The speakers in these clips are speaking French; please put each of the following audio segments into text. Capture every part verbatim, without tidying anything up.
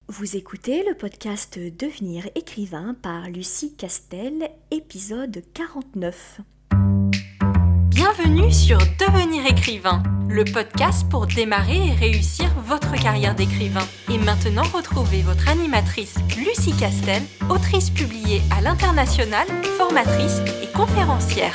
Vous écoutez le podcast Devenir écrivain par Lucie Castel, épisode quarante-neuf. Bienvenue sur Devenir écrivain, le podcast pour démarrer et réussir votre carrière d'écrivain. Et maintenant, retrouvez votre animatrice Lucie Castel, autrice publiée à l'international, formatrice et conférencière.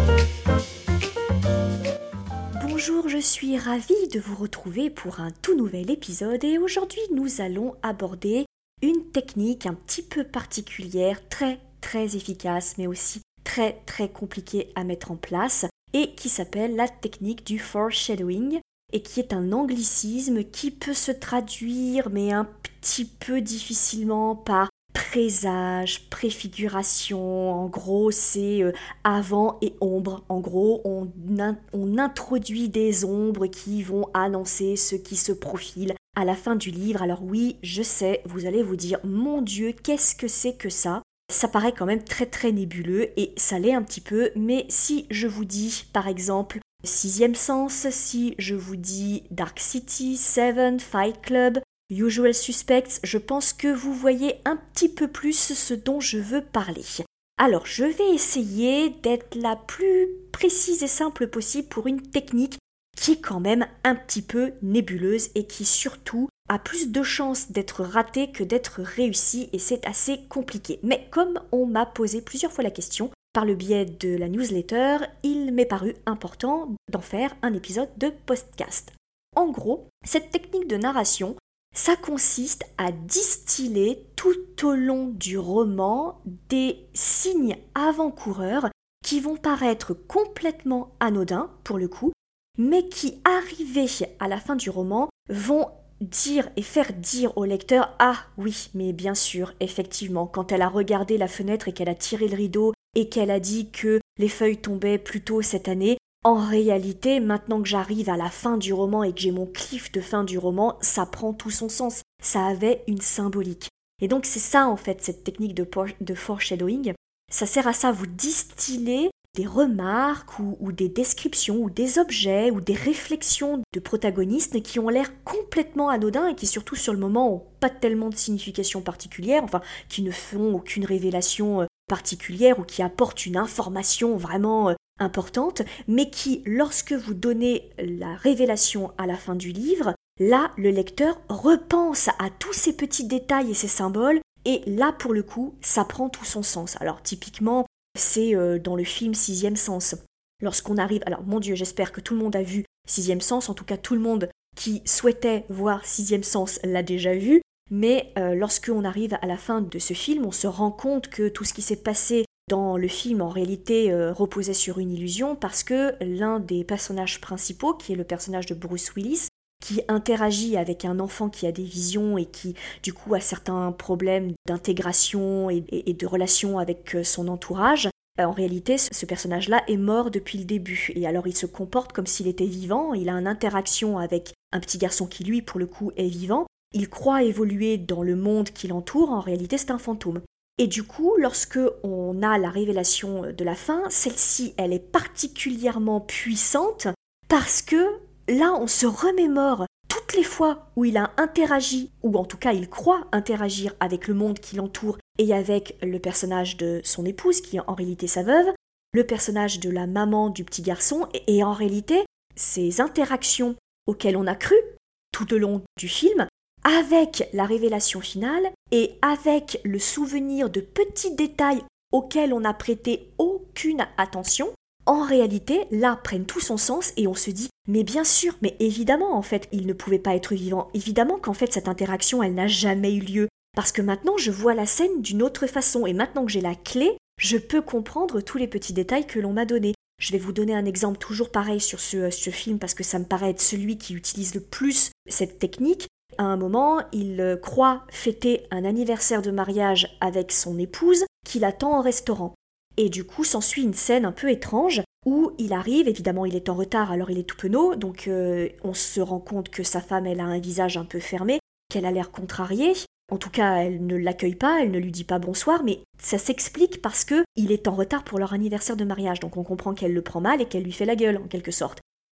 Bonjour, je suis ravie de vous retrouver pour un tout nouvel épisode et aujourd'hui nous allons aborder une technique un petit peu particulière, très très efficace mais aussi très très compliquée à mettre en place et qui s'appelle la technique du foreshadowing et qui est un anglicisme qui peut se traduire mais un petit peu difficilement par présage, préfiguration. En gros c'est euh, avant et ombre. En gros on, in- on introduit des ombres qui vont annoncer ce qui se profile à la fin du livre. Alors oui, je sais, vous allez vous dire, mon Dieu, qu'est-ce que c'est que ça ? Ça paraît quand même très très nébuleux et ça l'est un petit peu, mais si je vous dis par exemple Sixième Sens, si je vous dis Dark City, Seven, Fight Club, Usual Suspects, je pense que vous voyez un petit peu plus ce dont je veux parler. Alors je vais essayer d'être la plus précise et simple possible pour une technique qui est quand même un petit peu nébuleuse et qui surtout a plus de chances d'être ratée que d'être réussie et c'est assez compliqué. Mais comme on m'a posé plusieurs fois la question par le biais de la newsletter, il m'est paru important d'en faire un épisode de podcast. En gros, cette technique de narration, ça consiste à distiller tout au long du roman des signes avant-coureurs qui vont paraître complètement anodins pour le coup, mais qui, arrivés à la fin du roman, vont dire et faire dire au lecteur « Ah oui, mais bien sûr, effectivement, quand elle a regardé la fenêtre et qu'elle a tiré le rideau et qu'elle a dit que les feuilles tombaient plus tôt cette année, en réalité, maintenant que j'arrive à la fin du roman et que j'ai mon cliff de fin du roman, ça prend tout son sens. Ça avait une symbolique. Et donc c'est ça en fait, cette technique de, por- de foreshadowing. Ça sert à ça, vous distiller des remarques ou, ou des descriptions ou des objets ou des réflexions de protagonistes qui ont l'air complètement anodins et qui surtout sur le moment n'ont pas tellement de signification particulière, enfin qui ne font aucune révélation euh, particulière ou qui apportent une information vraiment euh, importante, mais qui, lorsque vous donnez la révélation à la fin du livre, là, le lecteur repense à tous ces petits détails et ces symboles, et là, pour le coup, ça prend tout son sens. Alors, typiquement, c'est euh, dans le film Sixième Sens. Lorsqu'on arrive... Alors, mon Dieu, j'espère que tout le monde a vu Sixième Sens, en tout cas, tout le monde qui souhaitait voir Sixième Sens l'a déjà vu, mais euh, lorsqu'on arrive à la fin de ce film, on se rend compte que tout ce qui s'est passé dans le film, en réalité, euh, reposait sur une illusion parce que l'un des personnages principaux, qui est le personnage de Bruce Willis, qui interagit avec un enfant qui a des visions et qui, du coup, a certains problèmes d'intégration et, et, et de relation avec son entourage, euh, en réalité, ce personnage-là est mort depuis le début. Et alors, il se comporte comme s'il était vivant, il a une interaction avec un petit garçon qui, lui, pour le coup, est vivant. Il croit évoluer dans le monde qui l'entoure, en réalité, c'est un fantôme. Et du coup, lorsque on a la révélation de la fin, celle-ci, elle est particulièrement puissante parce que là, on se remémore toutes les fois où il a interagi, ou en tout cas, il croit interagir avec le monde qui l'entoure et avec le personnage de son épouse, qui est en réalité sa veuve, le personnage de la maman du petit garçon, et, et en réalité, ces interactions auxquelles on a cru tout au long du film, avec la révélation finale et avec le souvenir de petits détails auxquels on n'a prêté aucune attention, en réalité, là, prennent tout son sens et on se dit « Mais bien sûr, mais évidemment, en fait, il ne pouvait pas être vivant. Évidemment qu'en fait, cette interaction, elle n'a jamais eu lieu. Parce que maintenant, je vois la scène d'une autre façon et maintenant que j'ai la clé, je peux comprendre tous les petits détails que l'on m'a donnés. » Je vais vous donner un exemple toujours pareil sur ce, ce film parce que ça me paraît être celui qui utilise le plus cette technique. À un moment, il croit fêter un anniversaire de mariage avec son épouse qui l'attend au restaurant. Et du coup, s'ensuit une scène un peu étrange où il arrive, évidemment il est en retard alors il est tout penaud, donc euh, on se rend compte que sa femme elle a un visage un peu fermé, qu'elle a l'air contrariée. En tout cas, elle ne l'accueille pas, elle ne lui dit pas bonsoir, mais ça s'explique parce que il est en retard pour leur anniversaire de mariage, donc on comprend qu'elle le prend mal et qu'elle lui fait la gueule en quelque sorte.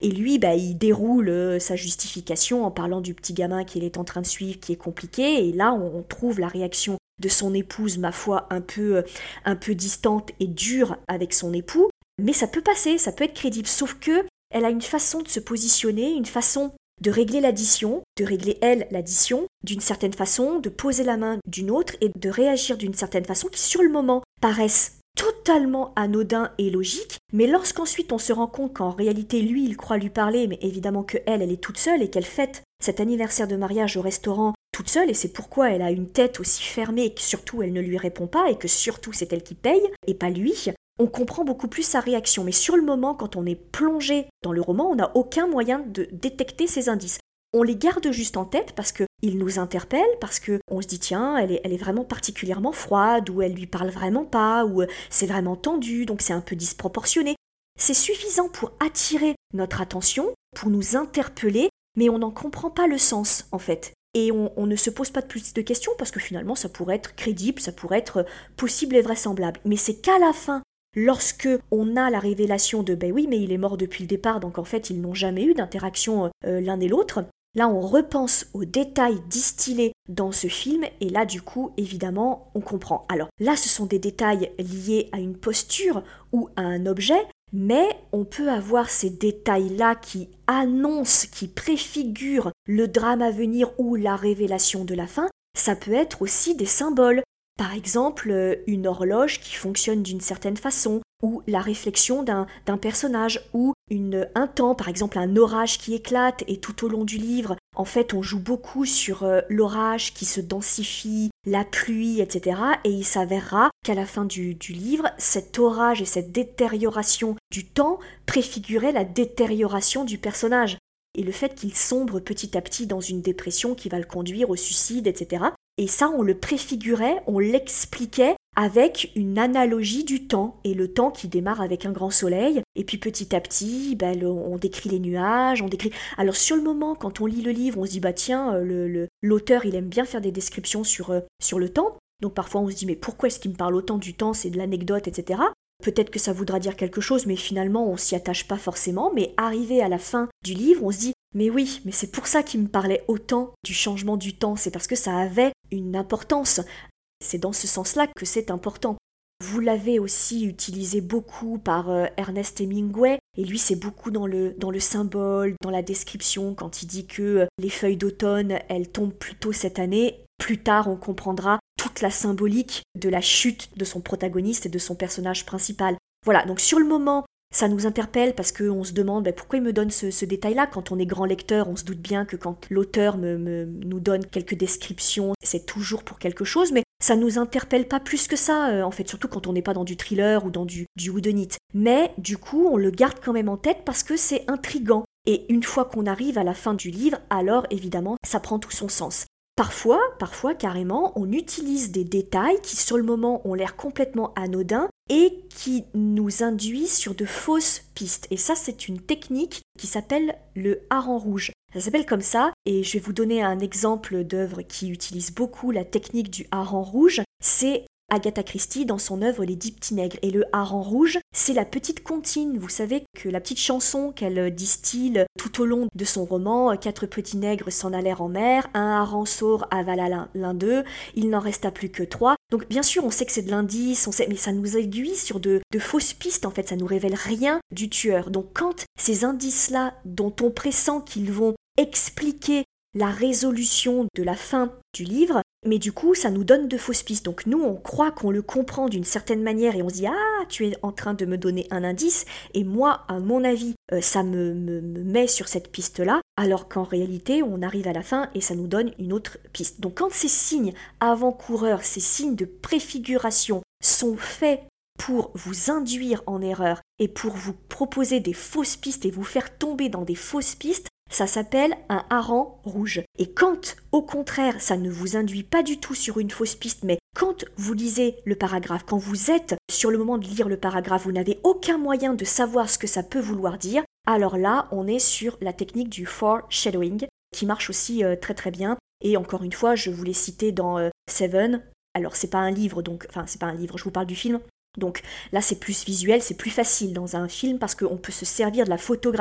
Et lui, bah, il déroule euh, sa justification en parlant du petit gamin qu'il est en train de suivre, qui est compliqué. Et là, on, on trouve la réaction de son épouse, ma foi, un peu, euh, un peu distante et dure avec son époux. Mais ça peut passer, ça peut être crédible. Sauf que elle a une façon de se positionner, une façon de régler l'addition, de régler elle l'addition d'une certaine façon, de poser la main d'une autre et de réagir d'une certaine façon qui sur le moment paraissent totalement anodins et logiques, mais lorsqu'ensuite on se rend compte qu'en réalité lui il croit lui parler, mais évidemment que elle, elle est toute seule et qu'elle fête cet anniversaire de mariage au restaurant toute seule, et c'est pourquoi elle a une tête aussi fermée et que surtout elle ne lui répond pas et que surtout c'est elle qui paye et pas lui, on comprend beaucoup plus sa réaction. Mais sur le moment, quand on est plongé dans le roman, on n'a aucun moyen de détecter ces indices. On les garde juste en tête parce qu'ils nous interpellent, parce qu'on se dit tiens, elle est, elle est vraiment particulièrement froide, ou elle lui parle vraiment pas, ou c'est vraiment tendu, donc c'est un peu disproportionné. C'est suffisant pour attirer notre attention, pour nous interpeller, mais on n'en comprend pas le sens en fait. Et on, on ne se pose pas de plus de questions parce que finalement ça pourrait être crédible, ça pourrait être possible et vraisemblable. Mais c'est qu'à la fin, lorsque on a la révélation de ben oui mais il est mort depuis le départ, donc en fait ils n'ont jamais eu d'interaction euh, l'un et l'autre, là on repense aux détails distillés dans ce film et là du coup évidemment on comprend. Alors là ce sont des détails liés à une posture ou à un objet, mais on peut avoir ces détails-là qui annoncent, qui préfigurent le drame à venir ou la révélation de la fin. Ça peut être aussi des symboles. Par exemple, une horloge qui fonctionne d'une certaine façon, ou la réflexion d'un, d'un personnage, ou une, un temps, par exemple un orage qui éclate, et tout au long du livre, en fait on joue beaucoup sur euh, l'orage qui se densifie, la pluie, et cetera. Et il s'avérera qu'à la fin du, du livre, cet orage et cette détérioration du temps préfiguraient la détérioration du personnage. Et le fait qu'il sombre petit à petit dans une dépression qui va le conduire au suicide, et cetera. Et ça, on le préfigurait, on l'expliquait avec une analogie du temps, et le temps qui démarre avec un grand soleil, et puis petit à petit, ben, le, on décrit les nuages, on décrit... Alors sur le moment, quand on lit le livre, on se dit, bah tiens, le, le, l'auteur, il aime bien faire des descriptions sur, euh, sur le temps, donc parfois on se dit, mais pourquoi est-ce qu'il me parle autant du temps, c'est de l'anecdote, et cetera. Peut-être que ça voudra dire quelque chose, mais finalement, on s'y attache pas forcément, mais arrivé à la fin du livre, on se dit, mais oui, mais c'est pour ça qu'il me parlait autant du changement du temps, c'est parce que ça avait une importance. C'est dans ce sens-là que c'est important. Vous l'avez aussi utilisé beaucoup par euh, Ernest Hemingway, et lui c'est beaucoup dans le, dans le symbole, dans la description, quand il dit que euh, les feuilles d'automne, elles tombent plus tôt cette année. Plus tard, on comprendra toute la symbolique de la chute de son protagoniste et de son personnage principal. Voilà, donc sur le moment, ça nous interpelle parce qu'on se demande ben, pourquoi il me donne ce, ce détail-là. Quand on est grand lecteur, on se doute bien que quand l'auteur me, me, nous donne quelques descriptions, c'est toujours pour quelque chose, mais ça nous interpelle pas plus que ça, euh, en fait, surtout quand on n'est pas dans du thriller ou dans du, du whodunit. Mais du coup, on le garde quand même en tête parce que c'est intriguant. Et une fois qu'on arrive à la fin du livre, alors évidemment, ça prend tout son sens. Parfois, parfois carrément, on utilise des détails qui sur le moment ont l'air complètement anodins et qui nous induisent sur de fausses pistes. Et ça, c'est une technique qui s'appelle le hareng rouge. Ça s'appelle comme ça, et je vais vous donner un exemple d'œuvre qui utilise beaucoup la technique du hareng rouge. C'est Agatha Christie dans son œuvre Les Dix Petits Nègres. Et le hareng rouge, c'est la petite comptine, vous savez, que la petite chanson qu'elle distille tout au long de son roman. Quatre petits nègres s'en allèrent en mer, un hareng sourd avala l'un, l'un d'eux, il n'en resta plus que trois. Donc bien sûr, on sait que c'est de l'indice, on sait, mais ça nous aiguille sur de, de fausses pistes, en fait, ça nous révèle rien du tueur. Donc quand ces indices-là, dont on pressent qu'ils vont expliquer la résolution de la fin du livre, mais du coup, ça nous donne de fausses pistes. Donc nous, on croit qu'on le comprend d'une certaine manière et on se dit « Ah, tu es en train de me donner un indice » et moi, à mon avis, euh, ça me, me, me met sur cette piste-là, alors qu'en réalité, on arrive à la fin et ça nous donne une autre piste. Donc quand ces signes avant-coureurs, ces signes de préfiguration sont faits pour vous induire en erreur et pour vous proposer des fausses pistes et vous faire tomber dans des fausses pistes, ça s'appelle un hareng rouge. Et quand, au contraire, ça ne vous induit pas du tout sur une fausse piste, mais quand vous lisez le paragraphe, quand vous êtes sur le moment de lire le paragraphe, vous n'avez aucun moyen de savoir ce que ça peut vouloir dire, alors là, on est sur la technique du foreshadowing, qui marche aussi euh, très très bien. Et encore une fois, je vous l'ai cité dans euh, Seven. Alors, c'est pas un livre, donc, enfin, c'est pas un livre, je vous parle du film. Donc là, c'est plus visuel, c'est plus facile dans un film parce qu'on peut se servir de la photographie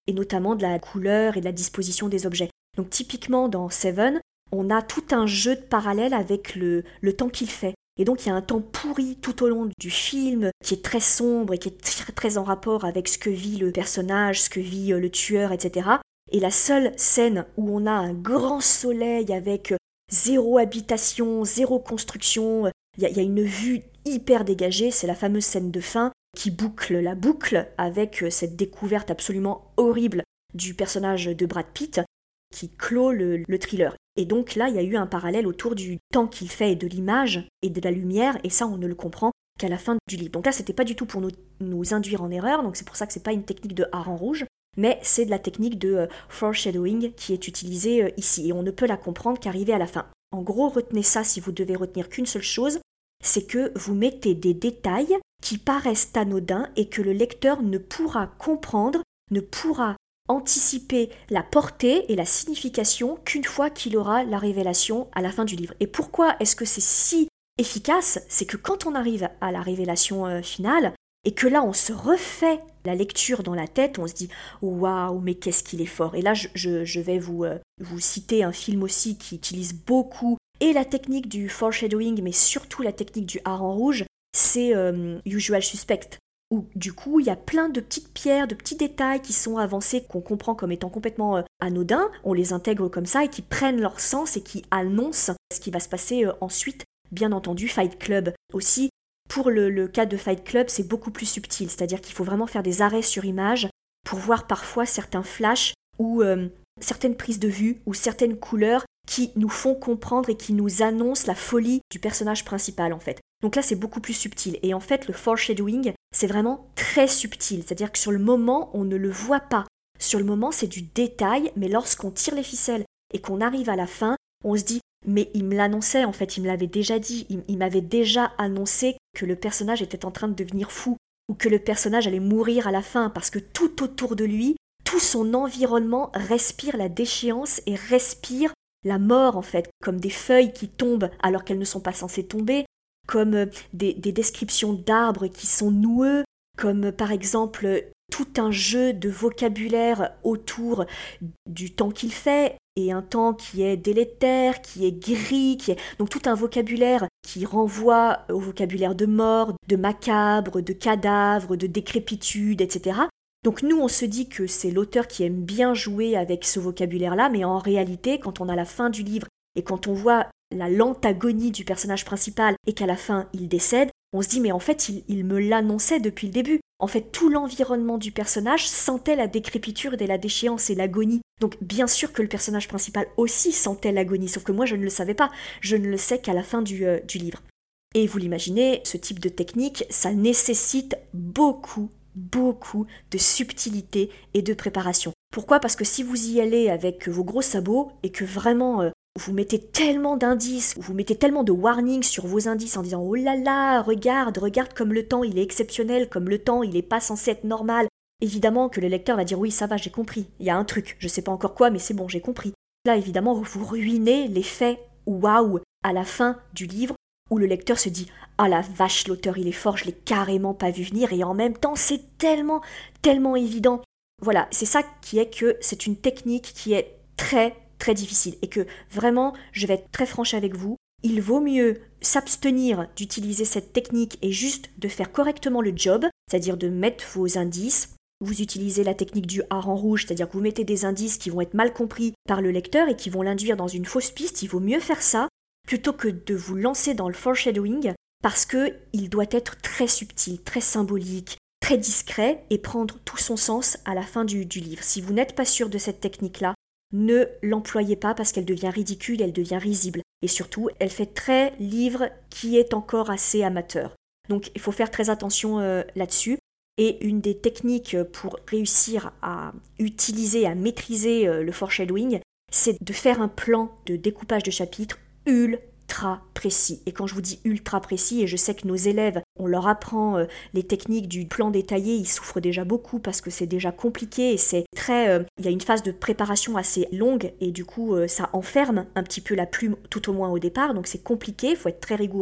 et notamment de la couleur et de la disposition des objets. Donc typiquement dans Seven, on a tout un jeu de parallèle avec le, le temps qu'il fait. Et donc il y a un temps pourri tout au long du film qui est très sombre et qui est très, très en rapport avec ce que vit le personnage, ce que vit le tueur, et cetera. Et la seule scène où on a un grand soleil avec zéro habitation, zéro construction, il y, y a une vue hyper dégagée, c'est la fameuse scène de fin qui boucle la boucle avec cette découverte absolument horrible du personnage de Brad Pitt qui clôt le, le thriller. Et donc là, il y a eu un parallèle autour du temps qu'il fait et de l'image et de la lumière, et ça, on ne le comprend qu'à la fin du livre. Donc là, c'était pas du tout pour nous, nous induire en erreur, donc c'est pour ça que c'est pas une technique de hareng rouge, mais c'est de la technique de euh, foreshadowing qui est utilisée euh, ici, et on ne peut la comprendre qu'arriver à la fin. En gros, retenez ça si vous devez retenir qu'une seule chose, c'est que vous mettez des détails qui paraissent anodins et que le lecteur ne pourra comprendre, ne pourra anticiper la portée et la signification qu'une fois qu'il aura la révélation à la fin du livre. Et pourquoi est-ce que c'est si efficace ? C'est que quand on arrive à la révélation euh, finale, et que là on se refait la lecture dans la tête, on se dit « Waouh, mais qu'est-ce qu'il est fort !» Et là je, je, je vais vous, euh, vous citer un film aussi qui utilise beaucoup et la technique du foreshadowing, mais surtout la technique du hareng rouge, c'est euh, Usual Suspect, où du coup il y a plein de petites pierres, de petits détails qui sont avancés, qu'on comprend comme étant complètement euh, anodins, on les intègre comme ça et qui prennent leur sens et qui annoncent ce qui va se passer euh, ensuite. Bien entendu, Fight Club aussi, pour le, le cas de Fight Club, c'est beaucoup plus subtil, c'est-à-dire qu'il faut vraiment faire des arrêts sur image pour voir parfois certains flashs ou euh, certaines prises de vue ou certaines couleurs qui nous font comprendre et qui nous annoncent la folie du personnage principal en fait. Donc là c'est beaucoup plus subtil et en fait le foreshadowing c'est vraiment très subtil, c'est-à-dire que sur le moment on ne le voit pas, sur le moment c'est du détail, mais lorsqu'on tire les ficelles et qu'on arrive à la fin, on se dit mais il me l'annonçait en fait, il me l'avait déjà dit, il, il m'avait déjà annoncé que le personnage était en train de devenir fou ou que le personnage allait mourir à la fin parce que tout autour de lui, tout son environnement respire la déchéance et respire la mort en fait, comme des feuilles qui tombent alors qu'elles ne sont pas censées tomber, comme des, des descriptions d'arbres qui sont noueux, comme par exemple tout un jeu de vocabulaire autour du temps qu'il fait, et un temps qui est délétère, qui est gris, qui est... donc tout un vocabulaire qui renvoie au vocabulaire de mort, de macabre, de cadavre, de décrépitude, et cetera. Donc nous, on se dit que c'est l'auteur qui aime bien jouer avec ce vocabulaire-là, mais en réalité, quand on a la fin du livre et quand on voit la lente agonie du personnage principal et qu'à la fin, il décède, on se dit mais en fait, il, il me l'annonçait depuis le début. En fait, tout l'environnement du personnage sentait la décrépitude et la déchéance et l'agonie. Donc bien sûr que le personnage principal aussi sentait l'agonie, sauf que moi, je ne le savais pas. Je ne le sais qu'à la fin du, euh, du livre. Et vous l'imaginez, ce type de technique, ça nécessite beaucoup, beaucoup de subtilité et de préparation. Pourquoi ? Parce que si vous y allez avec vos gros sabots et que vraiment euh, vous mettez tellement d'indices, vous mettez tellement de warnings sur vos indices en disant « Oh là là, regarde, regarde comme le temps il est exceptionnel, comme le temps il n'est pas censé être normal », évidemment que le lecteur va dire « Oui, ça va, j'ai compris, il y a un truc, je sais pas encore quoi, mais c'est bon, j'ai compris ». Là, évidemment, vous ruinez l'effet « waouh » à la fin du livre où le lecteur se dit « Ah la vache, l'auteur il est fort, je l'ai carrément pas vu venir et en même temps c'est tellement, tellement évident ». Voilà, c'est ça qui est que c'est une technique qui est très, très difficile et que vraiment, je vais être très franche avec vous, il vaut mieux s'abstenir d'utiliser cette technique et juste de faire correctement le job, c'est-à-dire de mettre vos indices. Vous utilisez la technique du hareng rouge, c'est-à-dire que vous mettez des indices qui vont être mal compris par le lecteur et qui vont l'induire dans une fausse piste, il vaut mieux faire ça plutôt que de vous lancer dans le foreshadowing, parce qu'il doit être très subtil, très symbolique, très discret, et prendre tout son sens à la fin du, du livre. Si vous n'êtes pas sûr de cette technique-là, ne l'employez pas parce qu'elle devient ridicule, elle devient risible. Et surtout, elle fait très livre qui est encore assez amateur. Donc il faut faire très attention euh, là-dessus. Et une des techniques pour réussir à utiliser, à maîtriser euh, le foreshadowing, c'est de faire un plan de découpage de chapitres ultra précis. Et quand je vous dis ultra précis, et je sais que nos élèves, on leur apprend euh, les techniques du plan détaillé, ils souffrent déjà beaucoup parce que c'est déjà compliqué et c'est très... Euh, il y a une phase de préparation assez longue et du coup euh, ça enferme un petit peu la plume tout au moins au départ, donc c'est compliqué, il faut être très rigoureux.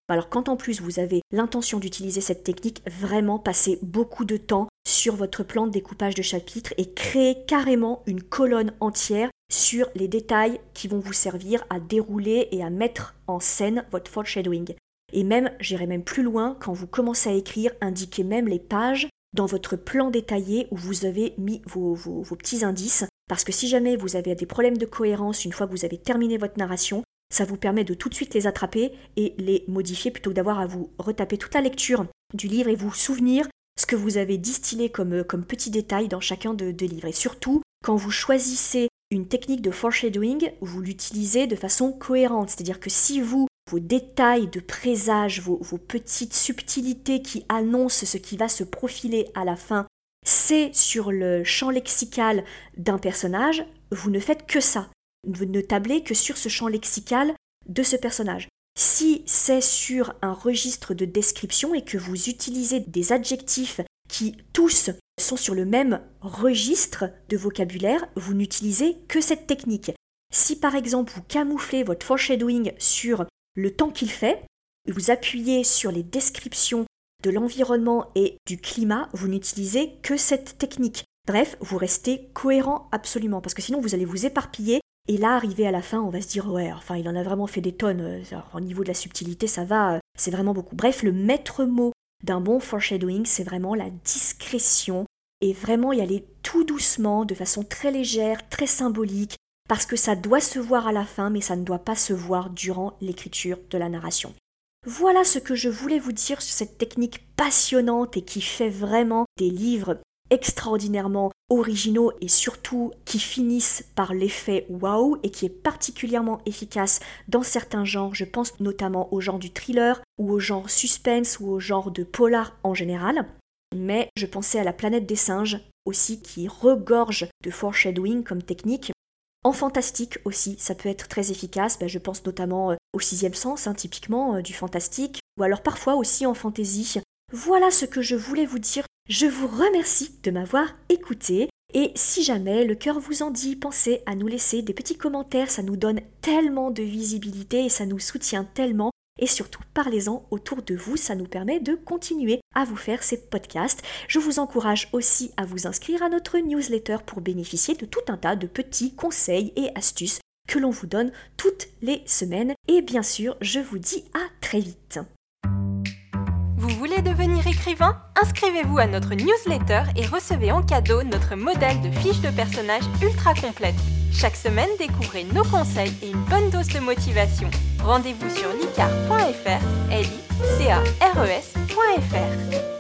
Alors quand en plus vous avez l'intention d'utiliser cette technique, vraiment passez beaucoup de temps sur votre plan de découpage de chapitres et créez carrément une colonne entière sur les détails qui vont vous servir à dérouler et à mettre en scène votre foreshadowing. Et même, j'irai même plus loin, quand vous commencez à écrire, indiquez même les pages dans votre plan détaillé où vous avez mis vos, vos, vos petits indices, parce que si jamais vous avez des problèmes de cohérence une fois que vous avez terminé votre narration, ça vous permet de tout de suite les attraper et les modifier plutôt que d'avoir à vous retaper toute la lecture du livre et vous souvenir ce que vous avez distillé comme, comme petits détails dans chacun de, de livres. Et surtout, quand vous choisissez une technique de foreshadowing, vous l'utilisez de façon cohérente. C'est-à-dire que si vous, vos détails de présage, vos, vos petites subtilités qui annoncent ce qui va se profiler à la fin, c'est sur le champ lexical d'un personnage, vous ne faites que ça. Vous ne tablez que sur ce champ lexical de ce personnage. Si c'est sur un registre de description et que vous utilisez des adjectifs qui tous sont sur le même registre de vocabulaire, vous n'utilisez que cette technique. Si par exemple vous camouflez votre foreshadowing sur le temps qu'il fait, vous appuyez sur les descriptions de l'environnement et du climat, vous n'utilisez que cette technique. Bref, vous restez cohérent absolument, parce que sinon vous allez vous éparpiller. Et là, arrivé à la fin, on va se dire « Ouais, enfin, il en a vraiment fait des tonnes. Alors, au niveau de la subtilité, ça va, c'est vraiment beaucoup. » Bref, le maître mot d'un bon foreshadowing, c'est vraiment la discrétion et vraiment y aller tout doucement, de façon très légère, très symbolique, parce que ça doit se voir à la fin, mais ça ne doit pas se voir durant l'écriture de la narration. Voilà ce que je voulais vous dire sur cette technique passionnante et qui fait vraiment des livres extraordinairement originaux et surtout qui finissent par l'effet waouh et qui est particulièrement efficace dans certains genres. Je pense notamment au genre du thriller ou au genre suspense ou au genre de polar en général. Mais je pensais à La Planète des Singes aussi qui regorge de foreshadowing comme technique. En fantastique aussi, ça peut être très efficace. Ben, je pense notamment au Sixième Sens, hein, typiquement euh, du fantastique, ou alors parfois aussi en fantasy. Voilà ce que je voulais vous dire. Je vous remercie de m'avoir écouté. Et si jamais le cœur vous en dit, pensez à nous laisser des petits commentaires. Ça nous donne tellement de visibilité et ça nous soutient tellement. Et surtout, parlez-en autour de vous. Ça nous permet de continuer à vous faire ces podcasts. Je vous encourage aussi à vous inscrire à notre newsletter pour bénéficier de tout un tas de petits conseils et astuces que l'on vous donne toutes les semaines. Et bien sûr, je vous dis à très vite. Vous voulez devenir écrivain ? Inscrivez-vous à notre newsletter et recevez en cadeau notre modèle de fiche de personnage ultra complète. Chaque semaine, découvrez nos conseils et une bonne dose de motivation. Rendez-vous sur licar point f r, l i c a r e s point f r.